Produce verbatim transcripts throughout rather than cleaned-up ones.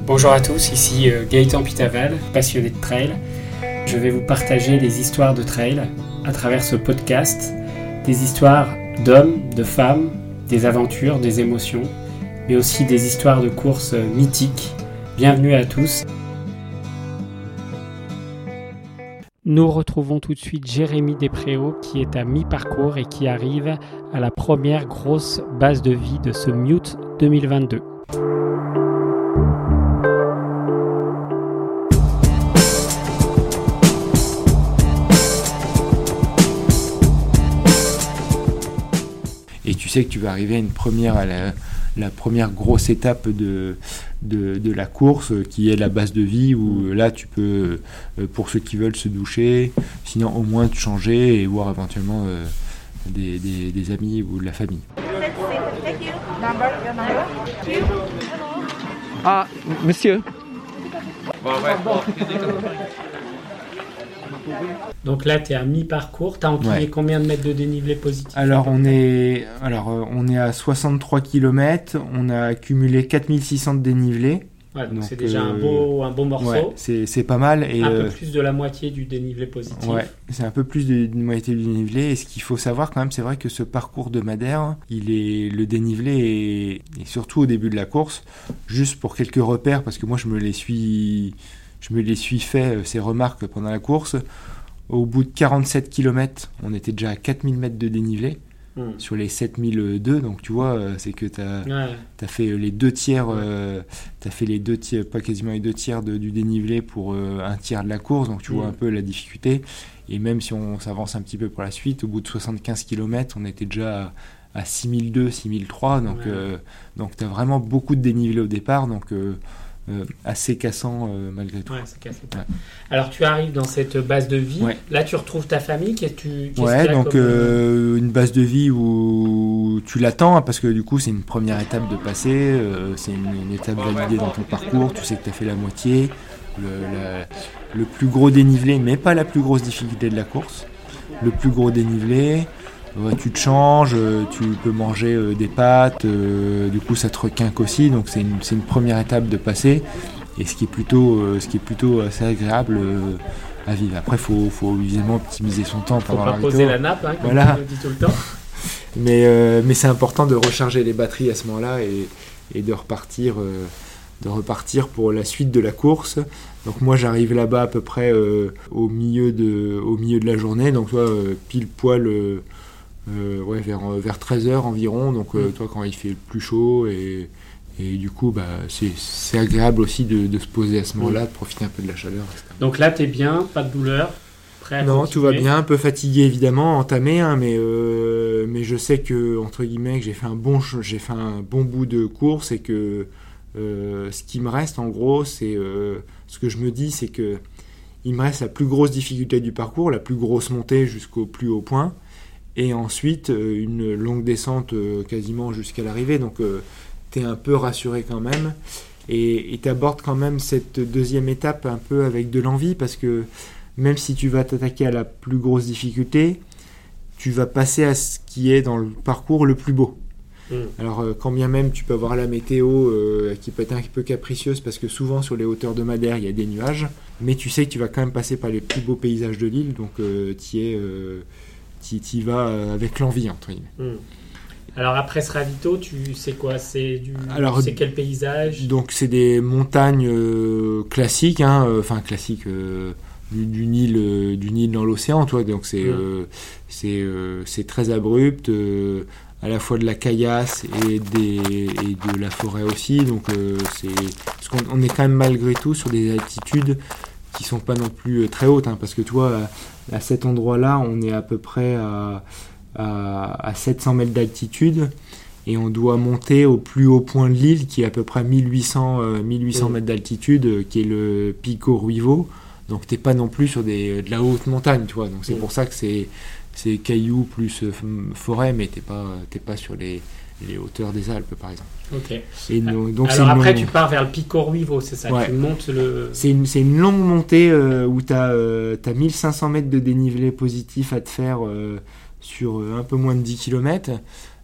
Bonjour à tous, ici Gaëtan Pitaval, passionné de trail. Je vais vous partager des histoires de trail à travers ce podcast, des histoires d'hommes, de femmes, des aventures, des émotions, mais aussi des histoires de courses mythiques. Bienvenue à tous. Nous retrouvons tout de suite Jérémy Despréaux qui est à mi-parcours et qui arrive à la première grosse base de vie de ce Mute deux mille vingt-deux. Et tu sais que tu vas arriver à une première, à la, la première grosse étape de, de, de la course, qui est la base de vie, où là tu peux, pour ceux qui veulent se doucher, sinon au moins te changer et voir éventuellement euh, des, des, des amis ou de la famille. Ah, monsieur. Donc là, tu es à mi-parcours. Tu as enquillé ouais. Combien de mètres de dénivelé positif? Alors, on est, alors, on est à soixante-trois kilomètres. On a accumulé quatre mille six cents de dénivelé. Ouais, donc, donc c'est déjà euh, un, beau, un beau morceau. Ouais, c'est, c'est pas mal. Et un euh, peu plus de la moitié du dénivelé positif. Ouais, c'est un peu plus de, de moitié du dénivelé. Et ce qu'il faut savoir quand même, c'est vrai que ce parcours de Madère, il est, le dénivelé est, et surtout au début de la course, juste pour quelques repères, parce que moi, je me les suis... Je me les suis fait, ces remarques, pendant la course. Au bout de quarante-sept kilomètres, on était déjà à quatre mille mètres de dénivelé mmh. sur les sept mille deux. Donc, tu vois, c'est que tu as ouais. fait les deux tiers, ouais. euh, tu as fait les deux tiers, pas quasiment les deux tiers de, du dénivelé pour euh, un tiers de la course. Donc, tu mmh. vois un peu la difficulté. Et même si on s'avance un petit peu pour la suite, au bout de soixante-quinze kilomètres, on était déjà à, à six mille deux, six mille trois. Donc, ouais. euh, donc tu as vraiment beaucoup de dénivelé au départ. Donc, euh, Euh, assez cassant euh, malgré tout. Ouais, c'est cassant. Ouais. Alors tu arrives dans cette base de vie. Ouais. Là, tu retrouves ta famille. Qu'est-ce que tu qu'est-ce Ouais, qu'il y a donc comme... euh, une base de vie où tu l'attends hein, parce que du coup, c'est une première étape de passer. Euh, c'est une, une étape validée dans ton parcours. Tu sais que tu as fait la moitié. Le, la, le plus gros dénivelé, mais pas la plus grosse difficulté de la course. Le plus gros dénivelé. Ouais, tu te changes, tu peux manger euh, des pâtes, euh, du coup ça te requinque aussi, donc c'est une, c'est une première étape de passer, et ce qui est plutôt, euh, ce qui est plutôt assez agréable euh, à vivre. Après, il faut, faut évidemment optimiser son temps pendant la Faut pas poser la nappe, hein, comme voilà. tu le dis tout le temps. mais, euh, mais c'est important de recharger les batteries à ce moment-là et, et de, repartir, euh, de repartir pour la suite de la course. Donc moi j'arrive là-bas à peu près euh, au, milieu de, au milieu de la journée, donc toi euh, pile poil... Euh, Euh, ouais, vers, vers treize heures environ, donc euh, toi quand il fait le plus chaud et, et du coup bah, c'est, c'est agréable aussi de, de se poser à ce moment-là, de profiter un peu de la chaleur, et cetera. Donc là t'es bien, pas de douleur, prêt à Non, continuer. tout va bien, un peu fatigué évidemment, entamé, hein, mais, euh, mais je sais que entre guillemets que j'ai fait un bon, j'ai fait un bon bout de course et que euh, ce qui me reste en gros, c'est euh, ce que je me dis, c'est que il me reste la plus grosse difficulté du parcours, la plus grosse montée jusqu'au plus haut point. Et ensuite, euh, une longue descente euh, quasiment jusqu'à l'arrivée. Donc, euh, tu es un peu rassuré quand même. Et tu abordes quand même cette deuxième étape un peu avec de l'envie. Parce que même si tu vas t'attaquer à la plus grosse difficulté, tu vas passer à ce qui est dans le parcours le plus beau. Mmh. Alors, euh, quand bien même tu peux avoir la météo euh, qui peut être un peu capricieuse. Parce que souvent, sur les hauteurs de Madère, il y a des nuages. Mais tu sais que tu vas quand même passer par les plus beaux paysages de l'île. Donc, euh, tu y es... Euh, Tu y vas avec l'envie, entre guillemets. Mmh. Alors après ce ravito, tu sais quoi? C'est du, Alors, c'est quel paysage? Donc c'est des montagnes euh, classiques, hein, euh, enfin classiques euh, du, du Nil, euh, du Nil dans l'océan, toi. Donc c'est mmh. euh, c'est euh, c'est très abrupt, euh, à la fois de la caillasse et des et de la forêt aussi. Donc euh, c'est parce qu'on on est quand même malgré tout sur des altitudes qui sont pas non plus très hautes, hein, parce que toi. À cet endroit-là, on est à peu près à, à, à sept cents mètres d'altitude et on doit monter au plus haut point de l'île qui est à peu près mille huit cents, euh, mille huit cents mmh. mètres d'altitude, qui est le Pico Ruivo. Donc t'es pas non plus sur des, de la haute montagne, tu vois. Donc c'est mmh. pour ça que c'est, c'est cailloux plus euh, forêt, mais t'es pas, t'es pas sur les, les hauteurs des Alpes, par exemple. Ok. Et non, donc alors c'est après, longue... tu pars vers le Pico Ruivo, c'est ça? Ouais. Tu montes le... C'est une, c'est une longue montée euh, où tu as euh, mille cinq cents mètres de dénivelé positif à te faire euh, sur euh, un peu moins de dix kilomètres.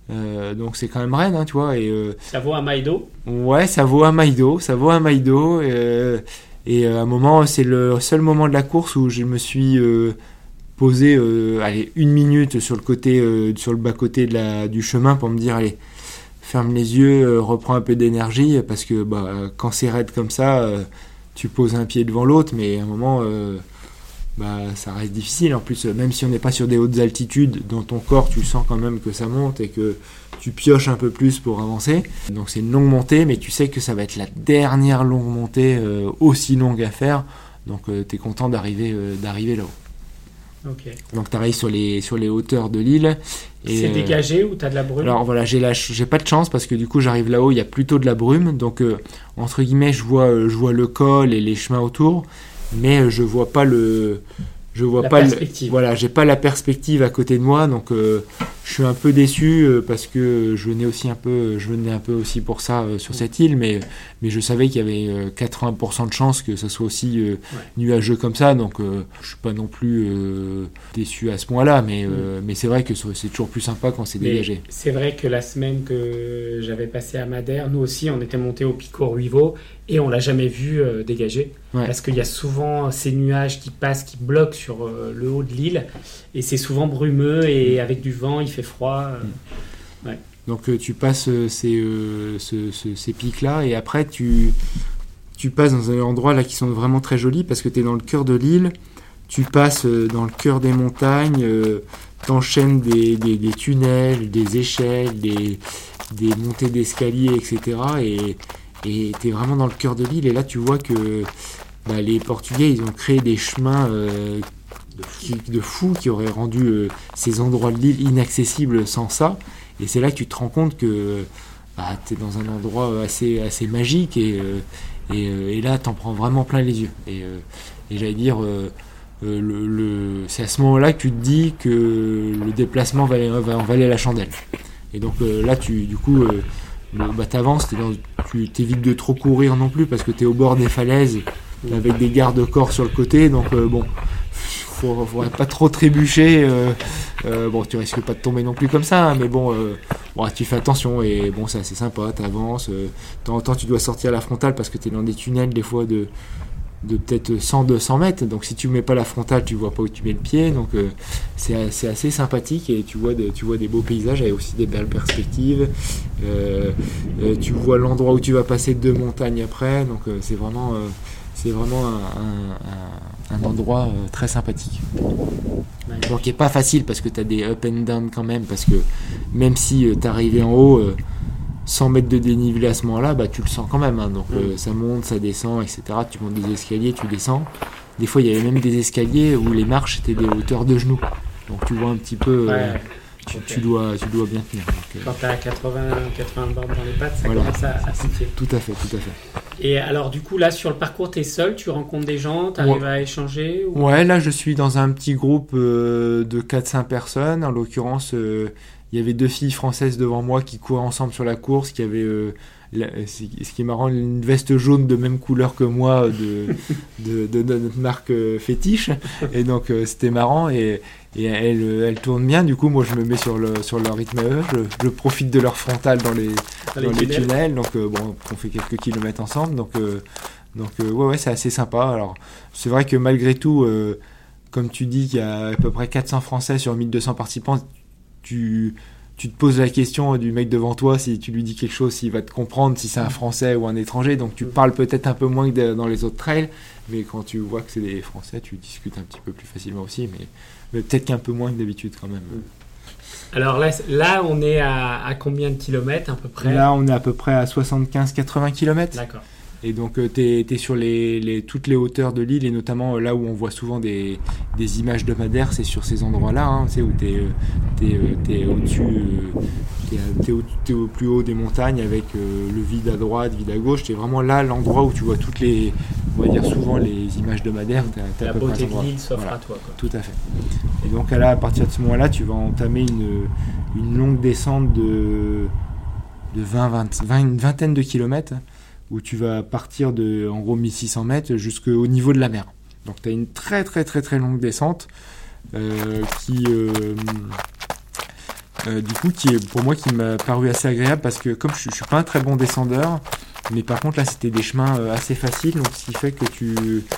Euh, donc c'est quand même raide, hein, tu vois. Et, euh, ça vaut un maille d'eau. Ouais, ça vaut un maille d'eau, ça vaut un maille d'eau. Euh, et euh, à un moment, c'est le seul moment de la course où je me suis euh, posé, euh, allez, une minute sur le côté, euh, sur le bas côté de la, du chemin pour me dire, allez, ferme les yeux, euh, reprends un peu d'énergie, parce que bah, quand c'est raide comme ça, euh, tu poses un pied devant l'autre, mais à un moment. Euh, Bah, ça reste difficile. En plus, même si on n'est pas sur des hautes altitudes, dans ton corps, tu sens quand même que ça monte et que tu pioches un peu plus pour avancer. Donc c'est une longue montée, mais tu sais que ça va être la dernière longue montée euh, aussi longue à faire. Donc euh, tu es content d'arriver, euh, d'arriver là-haut. Okay. Donc tu arrives sur les, sur les hauteurs de l'île. Et, c'est euh, dégagé ou tu as de la brume? Alors voilà, j'ai, la, j'ai pas de chance parce que du coup j'arrive là-haut, il y a plutôt de la brume. Donc euh, entre guillemets, je vois, euh, je vois le col et les chemins autour. Mais je vois pas le, je vois la pas perspective. Le, voilà, j'ai pas la perspective à côté de moi, donc euh, je suis un peu déçu euh, parce que je venais aussi un peu, je venais un peu aussi pour ça euh, sur cette île, mais mais je savais qu'il y avait euh, quatre-vingts pour cent de chances que ça soit aussi euh, ouais. nuageux comme ça, donc euh, je suis pas non plus euh, déçu à ce point-là, mais euh, mm. mais c'est vrai que c'est toujours plus sympa quand c'est mais dégagé. C'est vrai que la semaine que j'avais passée à Madère, nous aussi, on était monté au Pico Ruivo et on l'a jamais vu euh, dégager. Ouais. Parce qu'il y a souvent ces nuages qui passent, qui bloquent sur euh, le haut de l'île, et c'est souvent brumeux et avec du vent, il fait froid. Euh, ouais. Donc euh, tu passes euh, ces, euh, ce, ce, ces pics-là, et après tu, tu passes dans un endroit là qui sont vraiment très jolis parce que tu es dans le cœur de l'île, tu passes euh, dans le cœur des montagnes, euh, t'enchaînes des, des, des tunnels, des échelles, des, des montées d'escaliers, et cetera. Et et tu es vraiment dans le cœur de l'île, et là tu vois que bah, les Portugais, ils ont créé des chemins euh, qui, de fous qui auraient rendu euh, ces endroits de l'île inaccessibles sans ça. Et c'est là que tu te rends compte que bah, tu es dans un endroit assez, assez magique, et, euh, et, euh, et là tu en prends vraiment plein les yeux. Et, euh, et j'allais dire, euh, euh, le, le, c'est à ce moment-là que tu te dis que le déplacement va, va en valer la chandelle. Et donc euh, là, tu, du coup, euh, le, bah, t'avances, t'es dans, tu t'évites de trop courir non plus parce que tu es au bord des falaises avec des garde-corps sur le côté, donc euh, bon, faut, faudrait pas trop trébucher, euh, euh, bon, tu risques pas de tomber non plus comme ça, hein, mais bon, euh, bon, tu fais attention, et bon, c'est assez sympa, t'avances, euh, de temps en temps tu dois sortir la frontale parce que tu es dans des tunnels des fois de, de peut-être cent à deux cents mètres, donc si tu mets pas la frontale, tu vois pas où tu mets le pied, donc euh, c'est, c'est assez sympathique, et tu vois, de, tu vois des beaux paysages et aussi des belles perspectives, euh, euh, tu vois l'endroit où tu vas passer deux montagnes après, donc euh, c'est vraiment... Euh, c'est vraiment un, un, un endroit euh, très sympathique. Ouais. Donc qui n'est pas facile parce que tu as des up and down quand même, parce que même si euh, tu es arrivé en haut, euh, cent mètres de dénivelé à ce moment-là, bah, tu le sens quand même. Hein. Donc mmh. euh, ça monte, ça descend, et cetera. Tu montes des escaliers, tu descends. Des fois, il y avait même des escaliers où les marches étaient des hauteurs de genoux. Donc tu vois un petit peu... Euh, ouais. Tu, okay. tu, dois, tu dois bien tenir. Donc, euh... Quand tu as quatre-vingts, quatre-vingts bornes dans les pattes, ça voilà. commence à, à citer. Tout à fait, tout à fait. Et alors, du coup, là, sur le parcours, tu es seul, tu rencontres des gens, tu arrives ouais. à échanger ou... Ouais, là, je suis dans un petit groupe euh, de quatre cinq personnes. En l'occurrence, il euh, y avait deux filles françaises devant moi qui couraient ensemble sur la course, qui avaient... Euh, La, ce qui est marrant, une veste jaune de même couleur que moi de, de, de, de notre marque fétiche, et donc euh, c'était marrant, et, et elle, elle tourne bien, du coup moi je me mets sur, le, sur leur rythme à eux, je, je profite de leur frontal dans les, dans dans les, les tunnels, donc euh, bon, on fait quelques kilomètres ensemble, donc, euh, donc euh, ouais, ouais, c'est assez sympa. Alors c'est vrai que malgré tout, euh, comme tu dis qu'il y a à peu près quatre cents Français sur mille deux cents participants, tu... tu te poses la question du mec devant toi, si tu lui dis quelque chose, s'il va te comprendre, si c'est un Français ou un étranger, donc tu parles peut-être un peu moins que dans les autres trails, mais quand tu vois que c'est des Français, tu discutes un petit peu plus facilement aussi, mais, mais peut-être qu'un peu moins que d'habitude quand même. Alors là, là on est à, à combien de kilomètres à peu près ? Là, on est à peu près à soixante-quinze à quatre-vingts kilomètres. D'accord. Et donc euh, t'es, t'es sur les, les, toutes les hauteurs de l'île, et notamment euh, là où on voit souvent des, des images de Madère, c'est sur ces endroits-là, hein, tu sais, où t'es, euh, t'es, euh, t'es au-dessus, euh, t'es, t'es, au, t'es au plus haut des montagnes avec euh, le vide à droite, vide à gauche. T'es vraiment là, l'endroit où tu vois toutes les, on va dire souvent les images de Madère. T'as, t'as la à peu beauté près de l'île s'offre voilà, à toi, quoi. Tout à fait. Et donc là, à partir de ce moment-là, tu vas entamer une, une longue descente de, de vingt, vingt, vingt, une vingtaine de kilomètres, où tu vas partir de, en gros, mille six cents mètres jusqu'au niveau de la mer. Donc tu as une très très très très longue descente euh, qui, euh, euh, du coup, qui est, pour moi, qui m'a paru assez agréable parce que comme je, je suis pas un très bon descendeur, mais par contre là, c'était des chemins euh, assez faciles, donc ce qui fait que tu,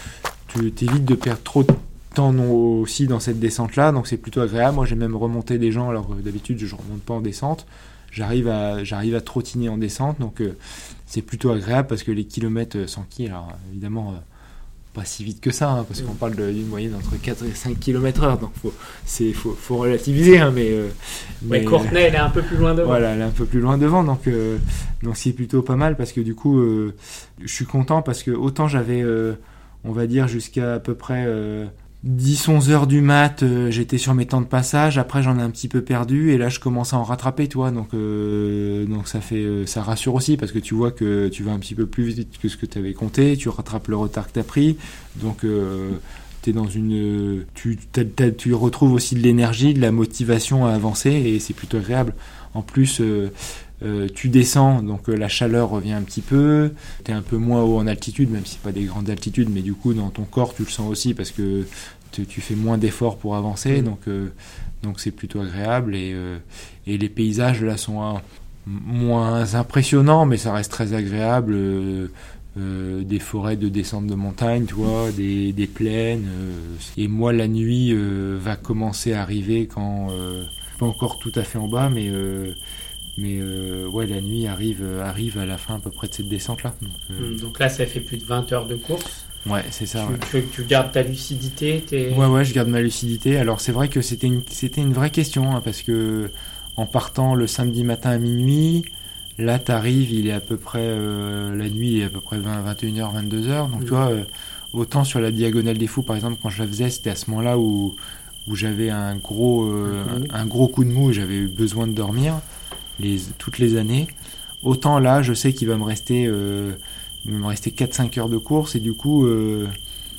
tu t'évites de perdre trop de temps non, aussi dans cette descente-là, donc c'est plutôt agréable. Moi, j'ai même remonté des gens, alors que d'habitude, je remonte pas en descente. J'arrive à, j'arrive à trottiner en descente, donc euh, c'est plutôt agréable parce que les kilomètres sans qui, alors évidemment, euh, pas si vite que ça, hein, parce qu'on parle de, d'une moyenne entre quatre et cinq kilomètres heure, donc faut, c'est, faut, faut relativiser, hein, mais... Euh, mais Courtenay, elle est un peu plus loin devant. Voilà, elle est un peu plus loin devant, donc, euh, donc c'est plutôt pas mal, parce que du coup, euh, je suis content, parce que autant j'avais, euh, on va dire, jusqu'à à peu près... Euh, dix onze heures du mat, euh, j'étais sur mes temps de passage, après j'en ai un petit peu perdu et là je commence à en rattraper, toi, donc euh, donc ça fait euh, ça rassure aussi parce que tu vois que tu vas un petit peu plus vite que ce que tu avais compté, tu rattrapes le retard que tu as pris, donc euh, tu es dans une tu t'as, t'as, tu retrouves aussi de l'énergie, de la motivation à avancer et c'est plutôt agréable. En plus euh, Euh, tu descends, donc euh, la chaleur revient un petit peu, tu es un peu moins haut en altitude, même si c'est pas des grandes altitudes, mais du coup dans ton corps tu le sens aussi parce que tu, tu fais moins d'efforts pour avancer, mmh. donc, euh, donc c'est plutôt agréable et, euh, et les paysages là sont un, moins impressionnants, mais ça reste très agréable, euh, euh, des forêts de descente de montagne, tu vois, des, des plaines, euh, et moi la nuit euh, va commencer à arriver quand, euh, pas encore tout à fait en bas, mais... Euh, Mais euh, ouais, la nuit arrive, arrive à la fin à peu près de cette descente-là. Donc, euh... donc là, ça fait plus de vingt heures de course. Ouais, c'est ça. Tu, ouais. tu, tu gardes ta lucidité t'es... Ouais, ouais, je garde ma lucidité. Alors c'est vrai que c'était une, c'était une vraie question, hein, parce que en partant le samedi matin à minuit, là t'arrives, il est à peu près, euh, la nuit il est à peu près vingt, vingt et une heures, vingt-deux heures. Donc mmh. tu vois, euh, autant sur la Diagonale des Fous, par exemple, quand je la faisais, c'était à ce moment-là où, où j'avais un gros, euh, mmh. un, un gros coup de mou et j'avais eu besoin de dormir. Les, toutes les années, autant là je sais qu'il va me rester euh, il va me rester quatre cinq heures de course et du coup euh,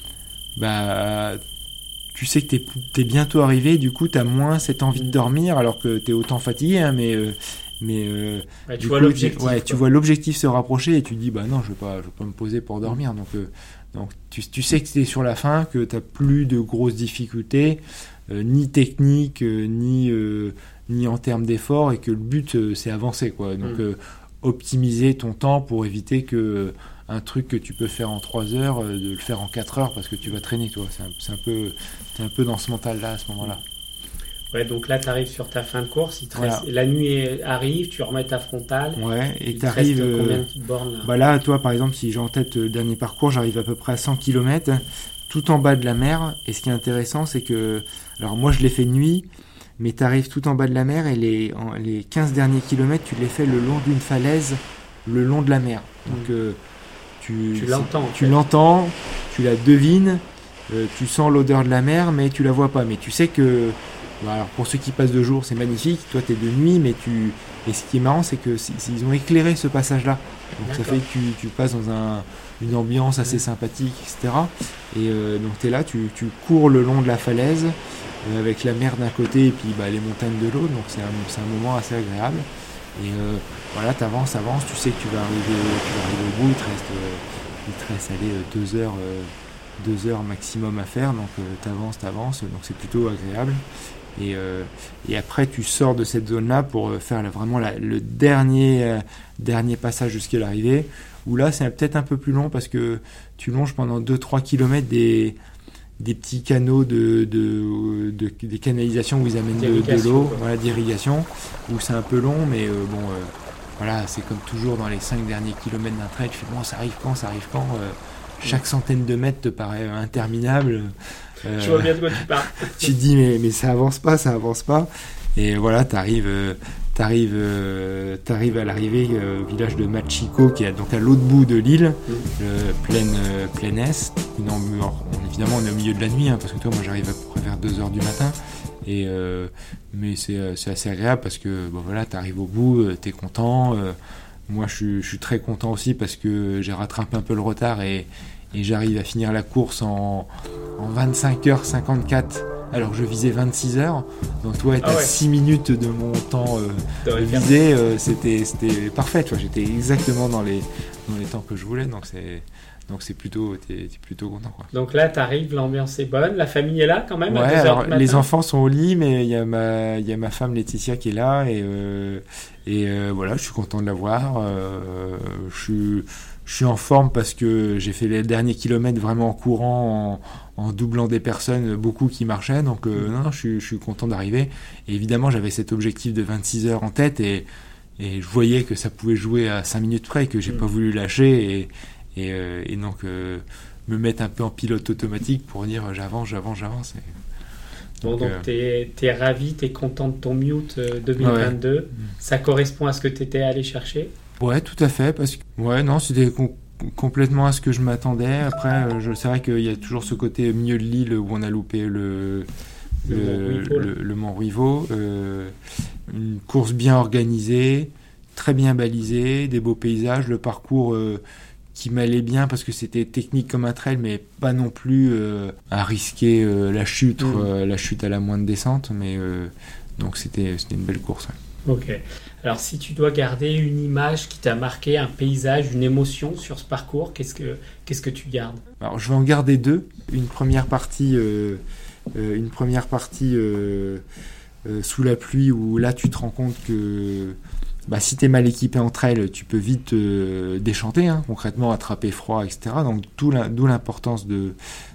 bah tu sais que t'es, t'es bientôt arrivé, du coup t'as moins cette envie de dormir alors que t'es autant fatigué, hein, mais euh, mais euh, ouais, tu vois coup, l'objectif ouais, tu vois l'objectif se rapprocher et tu te dis bah non je vais pas je vais pas me poser pour dormir, donc euh, donc tu, tu sais que t'es sur la fin, que t'as plus de grosses difficultés euh, ni techniques euh, ni euh, ni en termes d'effort, et que le but euh, c'est avancer, quoi. Donc mmh. euh, optimiser ton temps pour éviter que euh, un truc que tu peux faire en trois heures, euh, de le faire en quatre heures parce que tu vas traîner, toi. C'est un, c'est un peu t'es un peu dans ce mental là à ce moment-là. Ouais, donc là tu arrives sur ta fin de course, il te voilà. reste... la nuit arrive, tu remets ta frontale. Ouais, et tu arrives euh... combien de petites bornes là, bah là toi par exemple, si j'ai en tête le dernier parcours, j'arrive à peu près à cent kilomètres tout en bas de la mer, et ce qui est intéressant c'est que alors moi je l'ai fait de nuit, mais tu arrives tout en bas de la mer et les, en, les quinze derniers kilomètres, tu les fais le long d'une falaise, le long de la mer. Donc euh, tu, tu l'entends. Tu l'entends, tu la devines, euh, tu sens l'odeur de la mer, mais tu la vois pas. Mais tu sais que, bah alors pour ceux qui passent de jour, c'est magnifique. Toi, tu es de nuit, mais tu... Et ce qui est marrant, c'est que c'est, c'est, ils ont éclairé ce passage-là. Donc D'accord. ça fait que tu, tu passes dans un, une ambiance assez sympathique, et cetera. Et euh, donc tu es là, tu, tu cours le long de la falaise, avec la mer d'un côté et puis bah, les montagnes de l'autre, donc c'est un, c'est un moment assez agréable. Et euh, voilà, t'avances, avances, tu sais que tu vas arriver, tu vas arriver au bout, il te reste, euh, il te reste allez, deux heures, euh, deux heures maximum à faire, donc euh, t'avances, t'avances, donc c'est plutôt agréable. Et, euh, et après tu sors de cette zone-là pour faire la, vraiment la, le dernier, euh, dernier passage jusqu'à l'arrivée, où là c'est peut-être un peu plus long parce que tu longes pendant deux trois kilomètres des des petits canaux de, de, de, de des canalisations où ils amènent de, de l'eau, voilà, d'irrigation, où c'est un peu long, mais euh, bon, euh, voilà, c'est comme toujours dans les cinq derniers kilomètres d'un trail, tu fais bon, ça arrive quand, ça arrive quand, euh, chaque centaine de mètres te paraît interminable. Euh, je vois bien de quoi tu parles. Tu te dis, mais, mais ça avance pas, ça avance pas, et voilà, t'arrives, euh, t'arrives, euh, t'arrives à l'arrivée euh, au village de Machiko, qui est donc à l'autre bout de l'île, mmh. euh, pleine, euh, pleine est. Non, évidemment, on est au milieu de la nuit, hein, parce que toi, moi, j'arrive à peu près vers deux heures du matin. Et euh, mais c'est, c'est assez agréable parce que bon, voilà, t'arrives au bout, euh, t'es content. Euh, moi, je suis, je suis très content aussi parce que j'ai rattrapé un peu le retard et, et j'arrive à finir la course en, en vingt-cinq heures cinquante-quatre. Alors je visais vingt-six heures, donc toi être ah ouais. à six minutes de mon temps euh, visé, euh, c'était, c'était parfait, tu vois, j'étais exactement dans les, dans les temps que je voulais, donc c'est, Donc c'est plutôt, t'es, t'es plutôt content, quoi. Donc là, t'arrives, l'ambiance est bonne, la famille est là quand même. Ouais, à deux heures alors du matin. les enfants sont au lit, mais il y a ma, il y a ma femme Laetitia qui est là et euh, et euh, voilà, je suis content de la voir. Euh, je suis, je suis en forme parce que j'ai fait les derniers kilomètres vraiment en courant, en, en doublant des personnes, beaucoup qui marchaient. Donc euh, non, je suis, je suis content d'arriver. Et évidemment, j'avais cet objectif de vingt-six heures en tête et et je voyais que ça pouvait jouer à cinq minutes près, que j'ai mmh. pas voulu lâcher et et, euh, et donc euh, me mettre un peu en pilote automatique pour dire j'avance, j'avance, j'avance. Et... Bon, donc, donc euh... t'es, t'es ravi, t'es content de ton Mute deux mille vingt-deux. Ouais. Ça correspond à ce que t'étais allé chercher ? Ouais, tout à fait. Parce que ouais, non, c'était com- complètement à ce que je m'attendais. Après, euh, je, c'est vrai qu'il y a toujours ce côté milieu de l'île où on a loupé le le, le, le, le Mont Rivaux. Euh, une course bien organisée, très bien balisée, des beaux paysages, le parcours... Euh, qui m'allait bien parce que c'était technique comme un trail, mais pas non plus euh, à risquer euh, la chute, mmh. euh, la chute à la moindre descente. Mais euh, donc c'était, c'était une belle course. Ouais. Ok. Alors si tu dois garder une image qui t'a marqué, un paysage, une émotion sur ce parcours, qu'est-ce que qu'est-ce que tu gardes ? Alors je vais en garder deux. Une première partie, euh, euh, une première partie euh, euh, sous la pluie où là tu te rends compte que bah, si tu es mal équipé en trail, tu peux vite euh, déchanter, hein, concrètement, attraper froid, et cetera. Donc, d'où, la, d'où l'importance de,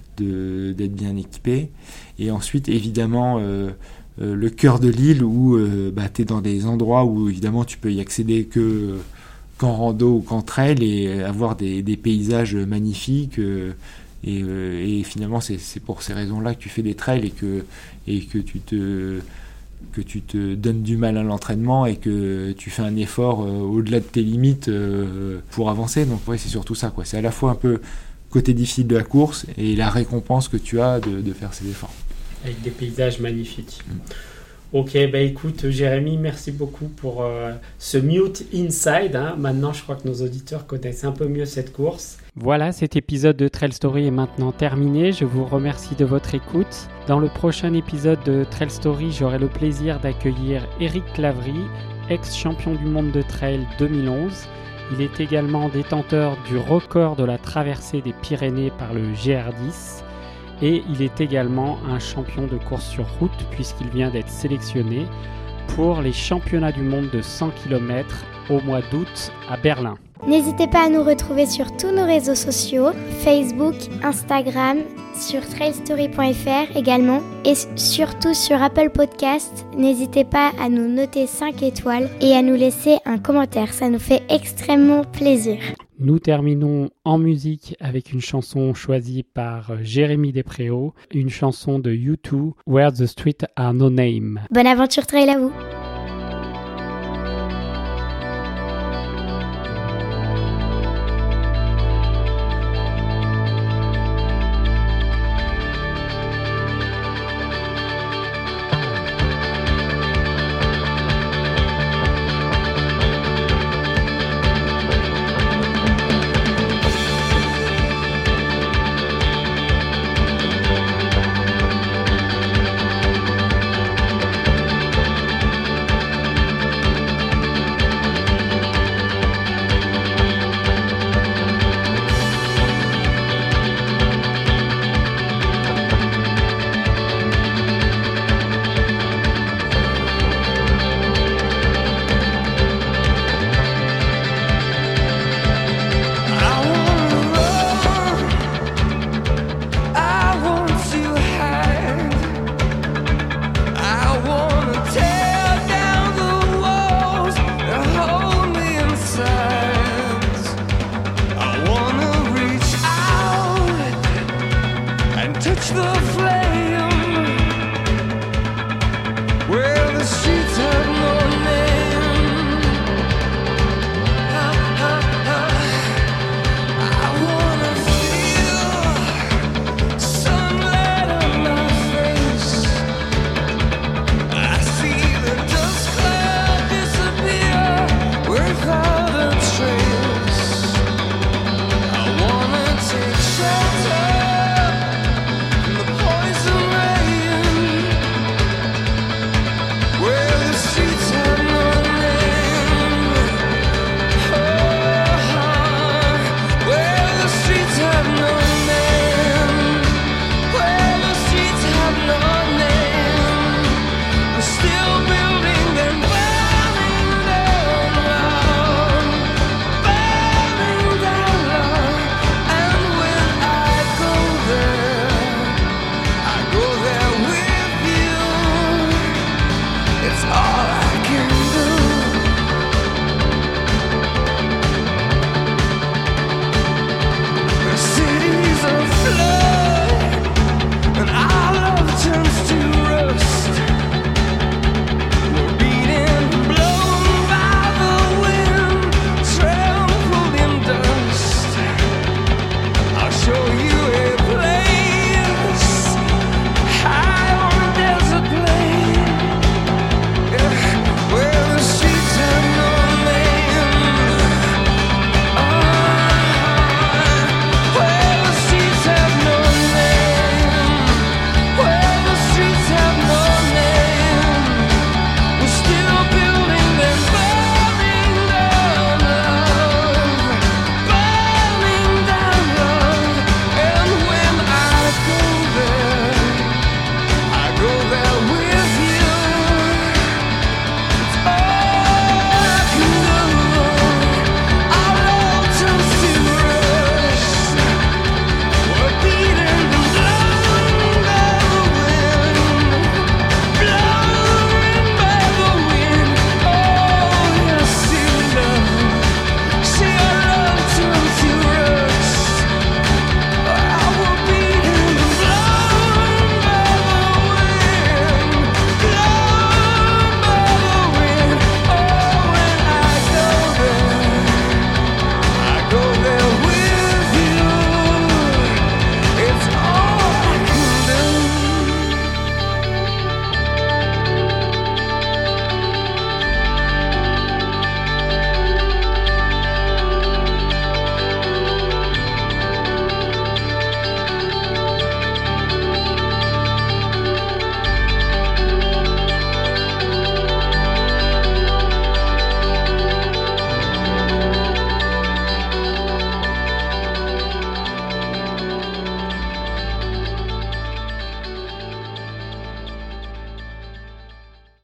de, d'être bien équipé. Et ensuite, évidemment, euh, euh, le cœur de l'île où euh, bah, tu es dans des endroits où, évidemment, tu peux y accéder que, qu'en rando ou qu'en trail et avoir des, des paysages magnifiques. Euh, et, euh, et finalement, c'est, c'est pour ces raisons-là que tu fais des trails et que, et que tu te... que tu te donnes du mal à l'entraînement et que tu fais un effort euh, au-delà de tes limites euh, pour avancer. Donc ouais, c'est surtout ça, quoi. C'est à la fois un peu côté difficile de la course et la récompense que tu as de, de faire ces efforts. Avec des paysages magnifiques. Mmh. Ok, bah écoute Jérémy, merci beaucoup pour euh, ce Mute Inside. Hein. Maintenant, je crois que nos auditeurs connaissent un peu mieux cette course. Voilà, cet épisode de Trail Story est maintenant terminé. Je vous remercie de votre écoute. Dans le prochain épisode de Trail Story, j'aurai le plaisir d'accueillir Eric Claverie, ex-champion du monde de trail deux mille onze. Il est également détenteur du record de la traversée des Pyrénées par le G R dix. Et il est également un champion de course sur route puisqu'il vient d'être sélectionné pour les championnats du monde de cent kilomètres au mois d'août à Berlin. N'hésitez pas à nous retrouver sur tous nos réseaux sociaux, Facebook, Instagram, sur trailstory point f r également et surtout sur Apple Podcast. N'hésitez pas à nous noter cinq étoiles et à nous laisser un commentaire, ça nous fait extrêmement plaisir. Nous terminons en musique avec une chanson choisie par Jérémy Despréaux, une chanson de U deux, Where the Streets Are No Name. Bonne aventure trail à vous!